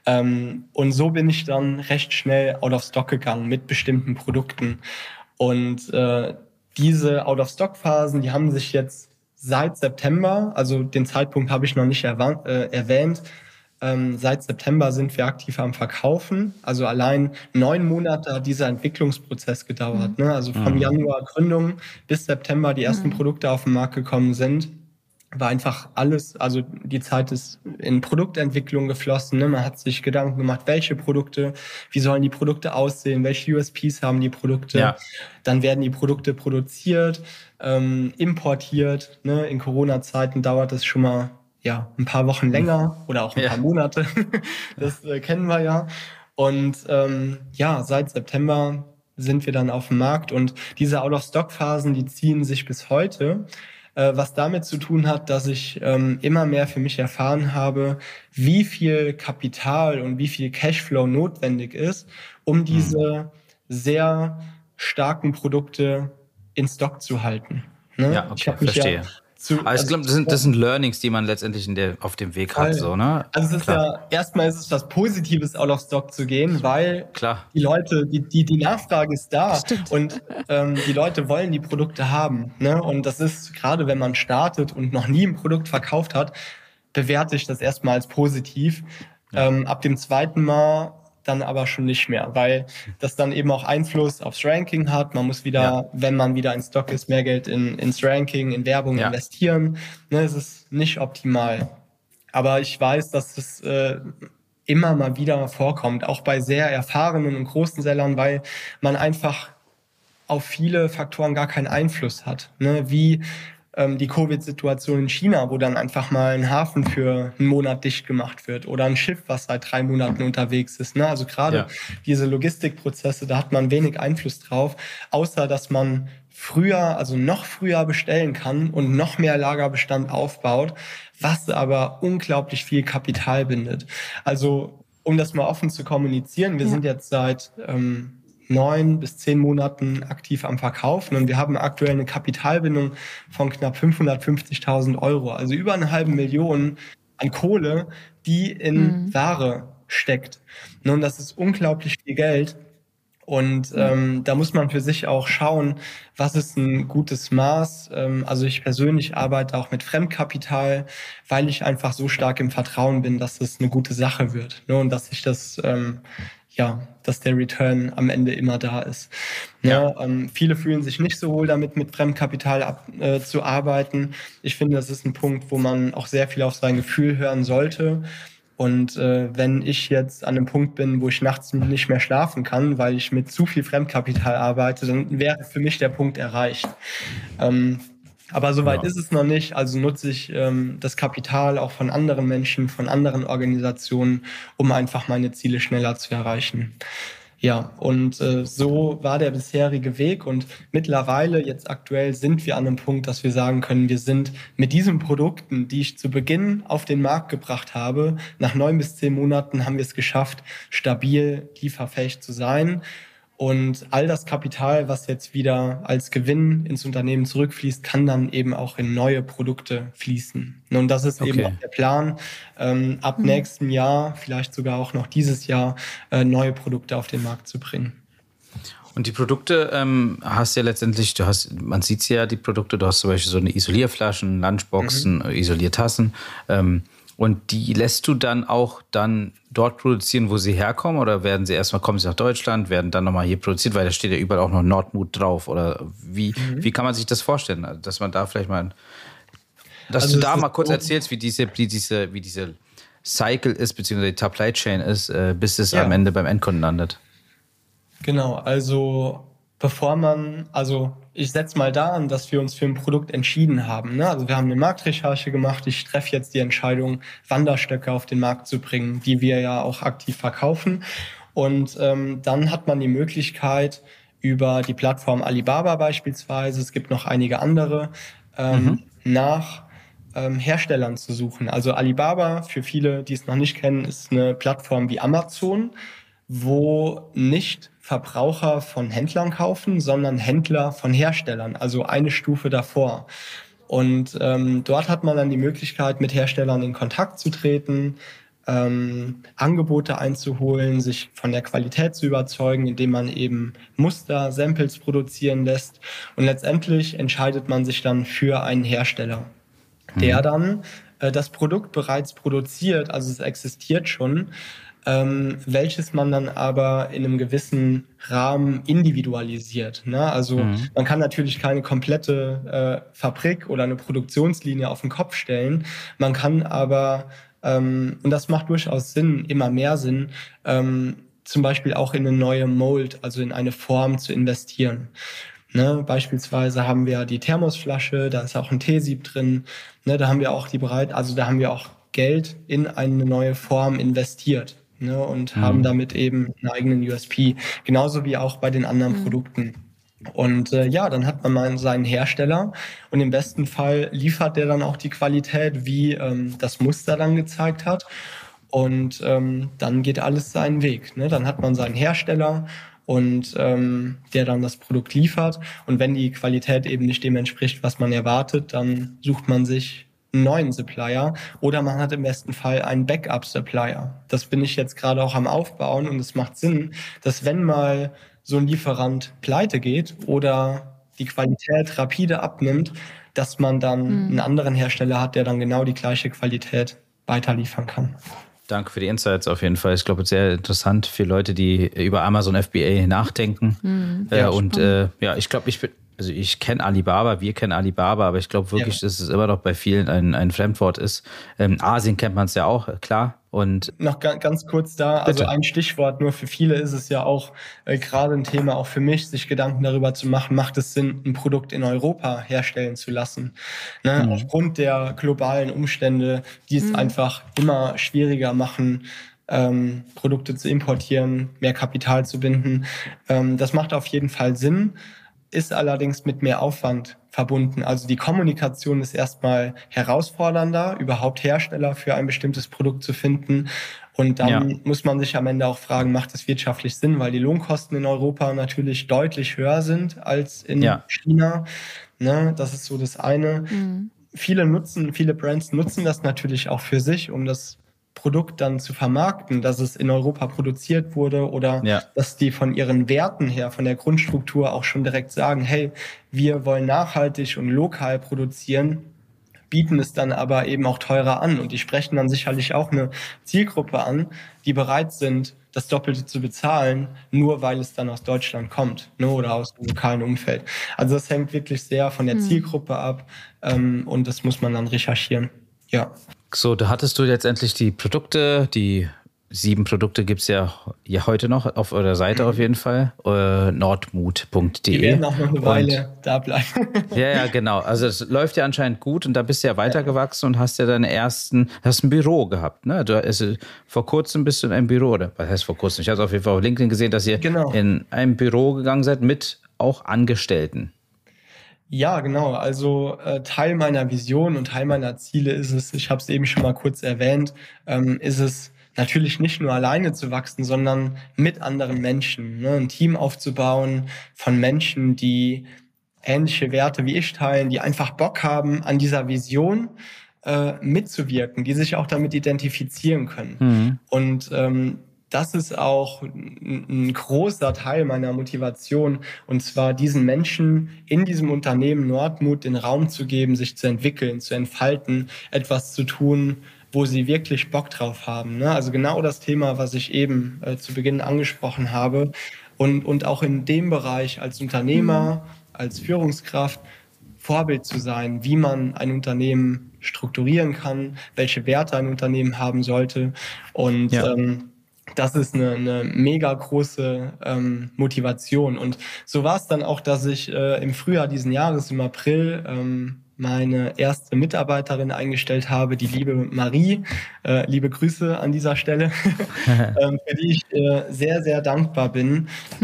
Und so bin ich dann recht schnell out of stock gegangen mit bestimmten Produkten. Und diese Out-of-Stock-Phasen, die haben sich jetzt seit September, also den Zeitpunkt habe ich noch nicht erwähnt, seit September sind wir aktiv am Verkaufen. Also allein 9 Monate hat dieser Entwicklungsprozess gedauert. Ne? Also vom Januar Gründung bis September die ersten Produkte auf den Markt gekommen sind. War einfach alles, also die Zeit ist in Produktentwicklung geflossen. Ne? Man hat sich Gedanken gemacht, welche Produkte, wie sollen die Produkte aussehen, welche USPs haben die Produkte. Ja. Dann werden die Produkte produziert, importiert. Ne? In Corona-Zeiten dauert das schon mal ein paar Wochen länger oder auch ein paar Monate. Das kennen wir ja. Und seit September sind wir dann auf dem Markt und diese Out-of-Stock-Phasen, die ziehen sich bis heute. Was damit zu tun hat, dass ich immer mehr für mich erfahren habe, wie viel Kapital und wie viel Cashflow notwendig ist, um diese sehr starken Produkte in Stock zu halten. Ne? Ja, okay, ich verstehe. Also ich glaube, das sind Learnings, die man letztendlich auf dem Weg hat. So, ne? Also es ist erstmal ist es was Positives, out of stock zu gehen, weil die Leute, die Nachfrage ist da. Stimmt. Und die Leute wollen die Produkte haben. Ne? Und das ist, gerade wenn man startet und noch nie ein Produkt verkauft hat, bewerte ich das erstmal als positiv. Ab dem zweiten Mal dann aber schon nicht mehr, weil das dann eben auch Einfluss aufs Ranking hat. Man muss wieder, wenn man wieder in Stock ist, mehr Geld ins Ranking, in Werbung investieren. Ne, es ist nicht optimal. Aber ich weiß, dass es immer mal wieder vorkommt, auch bei sehr erfahrenen und großen Sellern, weil man einfach auf viele Faktoren gar keinen Einfluss hat. Ne? Wie die Covid-Situation in China, wo dann einfach mal ein Hafen für einen Monat dicht gemacht wird oder ein Schiff, was seit 3 Monaten unterwegs ist. Ne? Also gerade diese Logistikprozesse, da hat man wenig Einfluss drauf, außer dass man noch früher bestellen kann und noch mehr Lagerbestand aufbaut, was aber unglaublich viel Kapital bindet. Also um das mal offen zu kommunizieren, wir sind jetzt seit 9 bis 10 Monaten aktiv am Verkaufen und wir haben aktuell eine Kapitalbindung von knapp 550.000 €, also über 500.000 an Kohle, die in Ware steckt. Nun, das ist unglaublich viel Geld. Und da muss man für sich auch schauen, was ist ein gutes Maß. Also ich persönlich arbeite auch mit Fremdkapital, weil ich einfach so stark im Vertrauen bin, dass es eine gute Sache wird. Ne? Und dass ich das, dass der Return am Ende immer da ist. Ja. Viele fühlen sich nicht so wohl damit, mit Fremdkapital zu arbeiten. Ich finde, das ist ein Punkt, wo man auch sehr viel auf sein Gefühl hören sollte. Und wenn ich jetzt an einem Punkt bin, wo ich nachts nicht mehr schlafen kann, weil ich mit zu viel Fremdkapital arbeite, dann wäre für mich der Punkt erreicht. Aber soweit ist es noch nicht. Also nutze ich das Kapital auch von anderen Menschen, von anderen Organisationen, um einfach meine Ziele schneller zu erreichen. Ja, und so war der bisherige Weg und mittlerweile, jetzt aktuell, sind wir an einem Punkt, dass wir sagen können, wir sind mit diesen Produkten, die ich zu Beginn auf den Markt gebracht habe, nach 9 bis 10 Monaten haben wir es geschafft, stabil lieferfähig zu sein. Und all das Kapital, was jetzt wieder als Gewinn ins Unternehmen zurückfließt, kann dann eben auch in neue Produkte fließen. Und das ist eben auch der Plan, ab nächstem Jahr, vielleicht sogar auch noch dieses Jahr, neue Produkte auf den Markt zu bringen. Und die Produkte hast ja letztendlich, man sieht ja die Produkte, du hast zum Beispiel so eine Isolierflaschen, Lunchboxen, Isoliertassen, und die lässt du dann auch dort produzieren, wo sie herkommen? Oder kommen sie nach Deutschland, werden dann nochmal hier produziert? Weil da steht ja überall auch noch Nordmut drauf. Oder wie kann man sich das vorstellen? Also, dass man da vielleicht mal, du da mal kurz erzählst, wie diese Cycle ist, beziehungsweise die Supply Chain ist, bis es am Ende beim Endkunden landet. Genau, also ich setze mal da an, dass wir uns für ein Produkt entschieden haben. Ne? Also wir haben eine Marktrecherche gemacht. Ich treffe jetzt die Entscheidung, Wanderstöcke auf den Markt zu bringen, die wir ja auch aktiv verkaufen. Und dann hat man die Möglichkeit, über die Plattform Alibaba beispielsweise, es gibt noch einige andere, nach Herstellern zu suchen. Also Alibaba, für viele, die es noch nicht kennen, ist eine Plattform wie Amazon, wo nicht Verbraucher von Händlern kaufen, sondern Händler von Herstellern, also eine Stufe davor. Und dort hat man dann die Möglichkeit, mit Herstellern in Kontakt zu treten, Angebote einzuholen, sich von der Qualität zu überzeugen, indem man eben Muster, Samples produzieren lässt. Und letztendlich entscheidet man sich dann für einen Hersteller, der dann das Produkt bereits produziert, also es existiert schon, welches man dann aber in einem gewissen Rahmen individualisiert. Ne? Also man kann natürlich keine komplette Fabrik oder eine Produktionslinie auf den Kopf stellen. Man kann aber, und das macht durchaus Sinn, immer mehr Sinn, zum Beispiel auch in eine neue Mold, also in eine Form zu investieren. Ne? Beispielsweise haben wir die Thermosflasche, da ist auch ein T-Sieb drin. Ne? Da haben wir auch da haben wir auch Geld in eine neue Form investiert. Ne, und haben damit eben einen eigenen USP, genauso wie auch bei den anderen Produkten. Und dann hat man mal seinen Hersteller und im besten Fall liefert der dann auch die Qualität, wie das Muster dann gezeigt hat. Und dann geht alles seinen Weg. Ne? Dann hat man seinen Hersteller und der dann das Produkt liefert. Und wenn die Qualität eben nicht dem entspricht, was man erwartet, dann sucht man sich einen neuen Supplier oder man hat im besten Fall einen Backup-Supplier. Das bin ich jetzt gerade auch am Aufbauen und es macht Sinn, dass wenn mal so ein Lieferant pleite geht oder die Qualität rapide abnimmt, dass man dann einen anderen Hersteller hat, der dann genau die gleiche Qualität weiterliefern kann. Danke für die Insights auf jeden Fall. Ich glaube, es ist sehr interessant für Leute, die über Amazon FBA nachdenken. Ich glaube, ich kenne Alibaba, wir kennen Alibaba, aber ich glaube wirklich, dass es immer noch bei vielen ein Fremdwort ist. Asien kennt man es ja auch, klar. Und noch ganz kurz da, also ein Stichwort nur für viele ist es ja auch gerade ein Thema, auch für mich, sich Gedanken darüber zu machen, macht es Sinn, ein Produkt in Europa herstellen zu lassen. Ne? Aufgrund der globalen Umstände, die es einfach immer schwieriger machen, Produkte zu importieren, mehr Kapital zu binden. Das macht auf jeden Fall Sinn, ist allerdings mit mehr Aufwand verbunden. Also die Kommunikation ist erstmal herausfordernder, überhaupt Hersteller für ein bestimmtes Produkt zu finden. Und dann muss man sich am Ende auch fragen, macht es wirtschaftlich Sinn, weil die Lohnkosten in Europa natürlich deutlich höher sind als in China. Ne, das ist so das eine. Viele Brands nutzen das natürlich auch für sich, um das Produkt dann zu vermarkten, dass es in Europa produziert wurde oder dass die von ihren Werten her, von der Grundstruktur auch schon direkt sagen, hey, wir wollen nachhaltig und lokal produzieren, bieten es dann aber eben auch teurer an. Und die sprechen dann sicherlich auch eine Zielgruppe an, die bereit sind, das Doppelte zu bezahlen, nur weil es dann aus Deutschland kommt, ne, oder aus dem lokalen Umfeld. Also das hängt wirklich sehr von der Zielgruppe ab und das muss man dann recherchieren. Ja. So, da hattest du letztendlich die Produkte, die 7 Produkte gibt es ja heute noch auf eurer Seite auf jeden Fall, nordmut.de. Die werden auch noch eine Weile da bleiben. Ja, genau. Also es läuft ja anscheinend gut und da bist du ja weitergewachsen und hast ja hast ein Büro gehabt, ne? Vor kurzem bist du in einem Büro, oder was heißt vor kurzem? Ich habe auf jeden Fall auf LinkedIn gesehen, dass ihr in ein Büro gegangen seid mit auch Angestellten. Ja, genau. Also Teil meiner Vision und Teil meiner Ziele ist es, ich habe es eben schon mal kurz erwähnt, ist es natürlich nicht nur alleine zu wachsen, sondern mit anderen Menschen, ne? Ein Team aufzubauen von Menschen, die ähnliche Werte wie ich teilen, die einfach Bock haben, an dieser Vision mitzuwirken, die sich auch damit identifizieren können. Und das ist auch ein großer Teil meiner Motivation, und zwar diesen Menschen in diesem Unternehmen Nordmut den Raum zu geben, sich zu entwickeln, zu entfalten, etwas zu tun, wo sie wirklich Bock drauf haben. Ne? Also genau das Thema, was ich eben zu Beginn angesprochen habe. Und auch in dem Bereich als Unternehmer, als Führungskraft Vorbild zu sein, wie man ein Unternehmen strukturieren kann, welche Werte ein Unternehmen haben sollte. Und das ist eine mega große Motivation. Und so war es dann auch, dass ich im Frühjahr diesen Jahres, im April, meine erste Mitarbeiterin eingestellt habe, die liebe Marie. Liebe Grüße an dieser Stelle, für die ich sehr, sehr dankbar bin.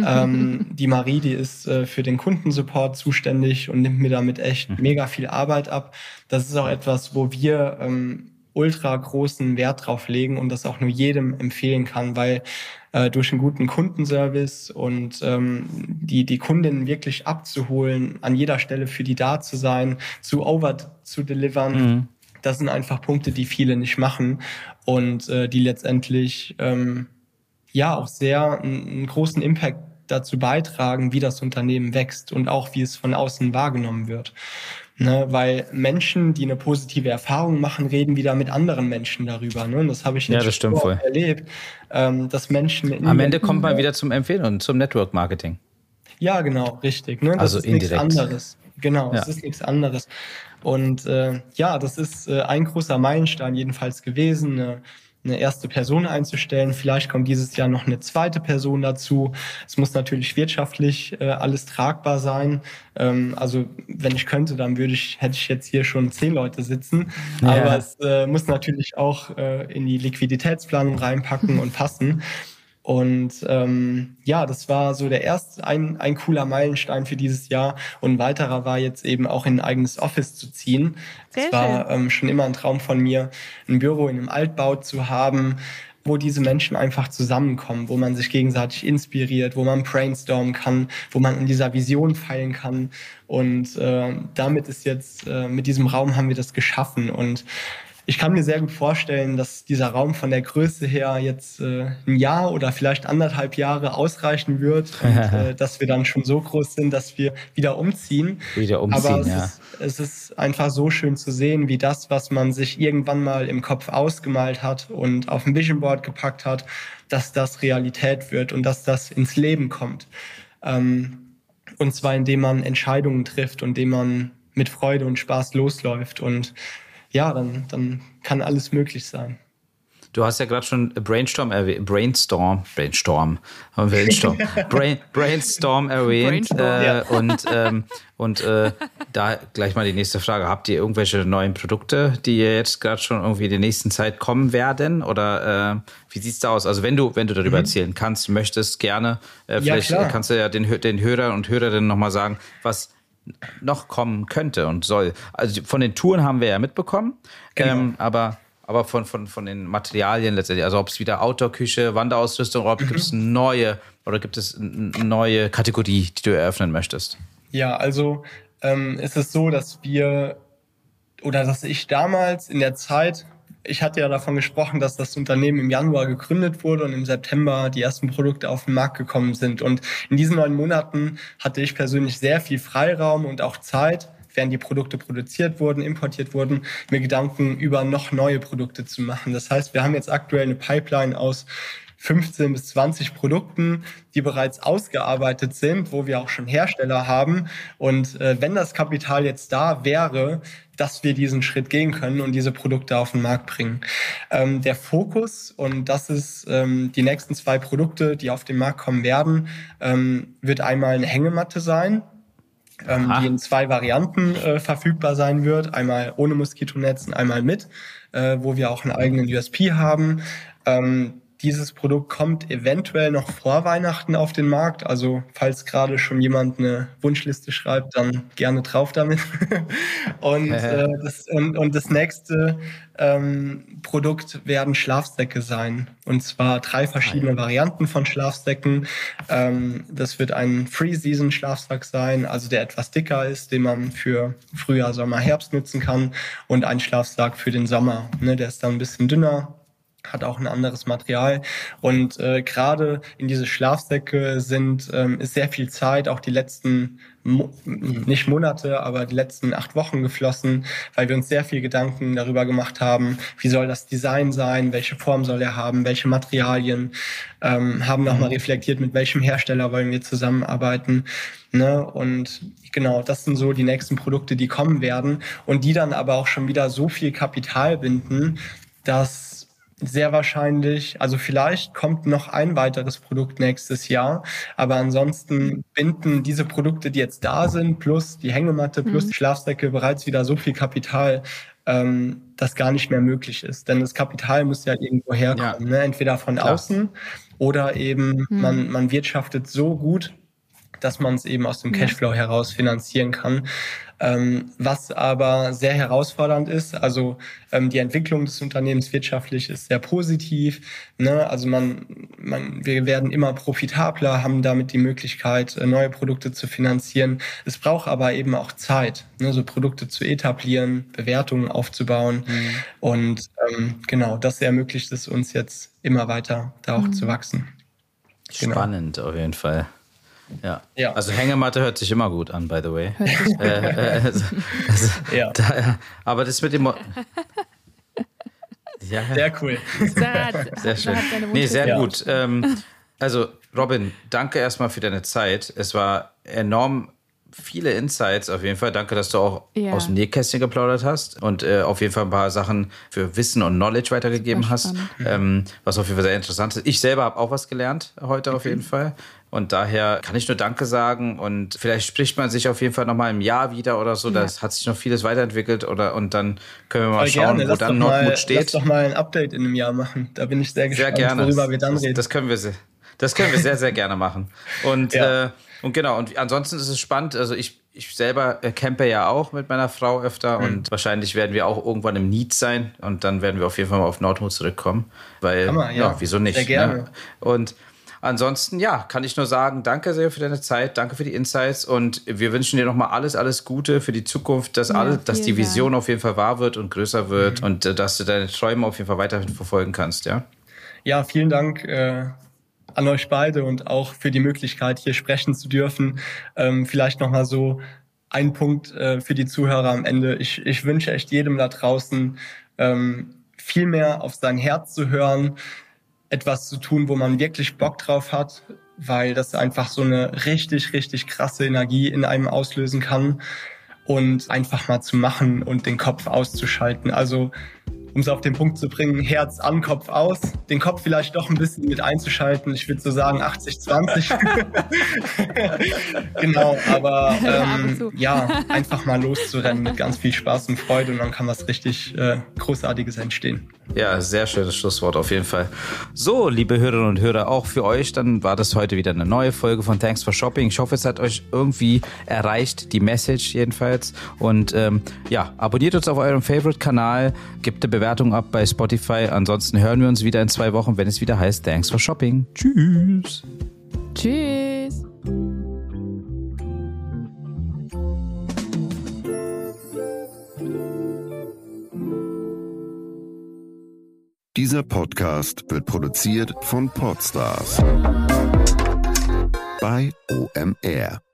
Die Marie, die ist für den Kundensupport zuständig und nimmt mir damit echt mega viel Arbeit ab. Das ist auch etwas, wo wir ultra großen Wert drauf legen und das auch nur jedem empfehlen kann, weil durch einen guten Kundenservice und die Kundinnen wirklich abzuholen, an jeder Stelle für die da zu sein, zu delivern, das sind einfach Punkte, die viele nicht machen und die letztendlich auch sehr einen großen Impact dazu beitragen, wie das Unternehmen wächst und auch wie es von außen wahrgenommen wird. Ne, weil Menschen, die eine positive Erfahrung machen, reden wieder mit anderen Menschen darüber. Ne? Und das habe ich jetzt schon erlebt, dass Menschen... Am Ende kommt man wieder zum Empfehlen und zum Network-Marketing. Ja, genau, richtig. Ne? Das also ist indirekt. Nichts anderes. Genau, es ist nichts anderes. Und das ist ein großer Meilenstein jedenfalls gewesen, eine erste Person einzustellen. Vielleicht kommt dieses Jahr noch eine zweite Person dazu. Es muss natürlich wirtschaftlich alles tragbar sein. Also wenn ich könnte, dann hätte ich jetzt hier schon 10 Leute sitzen. Ja. Aber es muss natürlich auch in die Liquiditätsplanung reinpacken und passen. Und das war so ein cooler Meilenstein für dieses Jahr. Und ein weiterer war jetzt eben auch in ein eigenes Office zu ziehen. Das war schon immer ein Traum von mir, ein Büro in einem Altbau zu haben, wo diese Menschen einfach zusammenkommen, wo man sich gegenseitig inspiriert, wo man brainstormen kann, wo man an dieser Vision feilen kann. Und damit ist jetzt, mit diesem Raum haben wir das geschaffen. Und ich kann mir sehr gut vorstellen, dass dieser Raum von der Größe her jetzt ein Jahr oder vielleicht 1,5 Jahre ausreichen wird und dass wir dann schon so groß sind, dass wir wieder umziehen. Aber es ist einfach so schön zu sehen, wie das, was man sich irgendwann mal im Kopf ausgemalt hat und auf ein Vision Board gepackt hat, dass das Realität wird und dass das ins Leben kommt. Und zwar indem man Entscheidungen trifft und indem man mit Freude und Spaß losläuft und dann kann alles möglich sein. du hast ja gerade schon Brainstorm erwähnt, Brainstorm erwähnt. Und da gleich mal die nächste Frage. Habt ihr irgendwelche neuen Produkte, die jetzt gerade schon irgendwie in der nächsten Zeit kommen werden? Oder wie sieht's da aus? Also wenn du darüber erzählen kannst, möchtest, gerne. Vielleicht kannst du ja den Hörern und Hörerinnen nochmal sagen, was noch kommen könnte und soll. Also von den Touren haben wir ja mitbekommen, genau. Aber von den Materialien letztendlich, also ob es wieder Outdoor-Küche, Wanderausrüstung, oder gibt es eine neue Kategorie, die du eröffnen möchtest? Ja, also ist es so, dass ich damals in der Zeit, ich hatte ja davon gesprochen, dass das Unternehmen im Januar gegründet wurde und im September die ersten Produkte auf den Markt gekommen sind. Und in diesen 9 Monaten hatte ich persönlich sehr viel Freiraum und auch Zeit, während die Produkte produziert wurden, importiert wurden, mir Gedanken über noch neue Produkte zu machen. Das heißt, wir haben jetzt aktuell eine Pipeline aus 15 bis 20 Produkten, die bereits ausgearbeitet sind, wo wir auch schon Hersteller haben. Und wenn das Kapital jetzt da wäre, dass wir diesen Schritt gehen können und diese Produkte auf den Markt bringen. Der Fokus, und das ist die nächsten 2 Produkte, die auf den Markt kommen werden, wird einmal eine Hängematte sein, die in 2 Varianten verfügbar sein wird. Einmal ohne Moskitonetz und einmal mit, wo wir auch einen eigenen USP haben. Dieses Produkt kommt eventuell noch vor Weihnachten auf den Markt. Also falls gerade schon jemand eine Wunschliste schreibt, dann gerne drauf damit. Und das nächste Produkt werden Schlafsäcke sein. Und zwar 3 verschiedene Varianten von Schlafsäcken. Das wird ein Free-Season-Schlafsack sein, also der etwas dicker ist, den man für Frühjahr, Sommer, Herbst nutzen kann. Und ein Schlafsack für den Sommer. Der ist dann ein bisschen dünner, hat auch ein anderes Material. Und gerade in diese Schlafsäcke ist sehr viel Zeit, auch die letzten, nicht Monate, aber die letzten 8 Wochen geflossen, weil wir uns sehr viel Gedanken darüber gemacht haben, wie soll das Design sein, welche Form soll er haben, welche Materialien, haben nochmal reflektiert, mit welchem Hersteller wollen wir zusammenarbeiten. Und genau, das sind so die nächsten Produkte, die kommen werden und die dann aber auch schon wieder so viel Kapital binden, dass sehr wahrscheinlich, also vielleicht kommt noch ein weiteres Produkt nächstes Jahr, aber ansonsten binden diese Produkte, die jetzt da sind, plus die Hängematte, plus die Schlafsäcke bereits wieder so viel Kapital, das gar nicht mehr möglich ist. Denn das Kapital muss ja irgendwo herkommen, entweder von außen oder eben man wirtschaftet so gut, dass man es eben aus dem Cashflow heraus finanzieren kann. Was aber sehr herausfordernd ist, also die Entwicklung des Unternehmens wirtschaftlich ist sehr positiv. Also wir werden immer profitabler, haben damit die Möglichkeit, neue Produkte zu finanzieren. Es braucht aber eben auch Zeit, so Produkte zu etablieren, Bewertungen aufzubauen. Und genau, das ermöglicht es uns jetzt immer weiter, da auch zu wachsen. Spannend auf jeden Fall. Ja. Also Hängematte hört sich immer gut an, by the way. Aber das mit dem... Sehr cool. Sehr schön. Sehr gut. Also Robin, danke erstmal für deine Zeit. Es war enorm viele Insights auf jeden Fall. Danke, dass du auch aus dem Nähkästchen geplaudert hast und auf jeden Fall ein paar Sachen für Wissen und Knowledge weitergegeben hast, was auf jeden Fall sehr interessant ist. Ich selber habe auch was gelernt heute auf jeden Fall und daher kann ich nur Danke sagen und vielleicht spricht man sich auf jeden Fall nochmal im Jahr wieder oder so. Das hat sich noch vieles weiterentwickelt und dann können wir mal schauen, wo dann Nordmut steht. Lass doch mal ein Update in einem Jahr machen. Da bin ich sehr gespannt, worüber wir dann reden. Das können wir sehr, sehr gerne machen. Und genau, und ansonsten ist es spannend, also ich selber campe ja auch mit meiner Frau öfter und wahrscheinlich werden wir auch irgendwann im Need sein und dann werden wir auf jeden Fall mal auf Nordmut zurückkommen, weil, wieso nicht? Sehr gerne. Ne? Und ansonsten, kann ich nur sagen, danke sehr für deine Zeit, danke für die Insights und wir wünschen dir nochmal alles Gute für die Zukunft, dass die Vision auf jeden Fall wahr wird und größer wird und dass du deine Träume auf jeden Fall weiterhin verfolgen kannst, ja? Ja, vielen Dank, an euch beide und auch für die Möglichkeit, hier sprechen zu dürfen. Vielleicht nochmal so ein Punkt für die Zuhörer am Ende. Ich wünsche echt jedem da draußen, viel mehr auf sein Herz zu hören, etwas zu tun, wo man wirklich Bock drauf hat, weil das einfach so eine richtig, richtig krasse Energie in einem auslösen kann und einfach mal zu machen und den Kopf auszuschalten. Also um es auf den Punkt zu bringen, Herz an, Kopf aus. Den Kopf vielleicht doch ein bisschen mit einzuschalten. Ich würde so sagen 80-20. Genau, aber einfach mal loszurennen mit ganz viel Spaß und Freude und dann kann was richtig Großartiges entstehen. Ja, sehr schönes Schlusswort auf jeden Fall. So, liebe Hörerinnen und Hörer, auch für euch, dann war das heute wieder eine neue Folge von Thanks for Shopping. Ich hoffe, es hat euch irgendwie erreicht, die Message jedenfalls. Und abonniert uns auf eurem Favorite-Kanal, gebt eine Bewertung ab bei Spotify. Ansonsten hören wir uns wieder in 2 Wochen, wenn es wieder heißt Thanks for Shopping. Tschüss. Tschüss. Dieser Podcast wird produziert von Podstars bei OMR.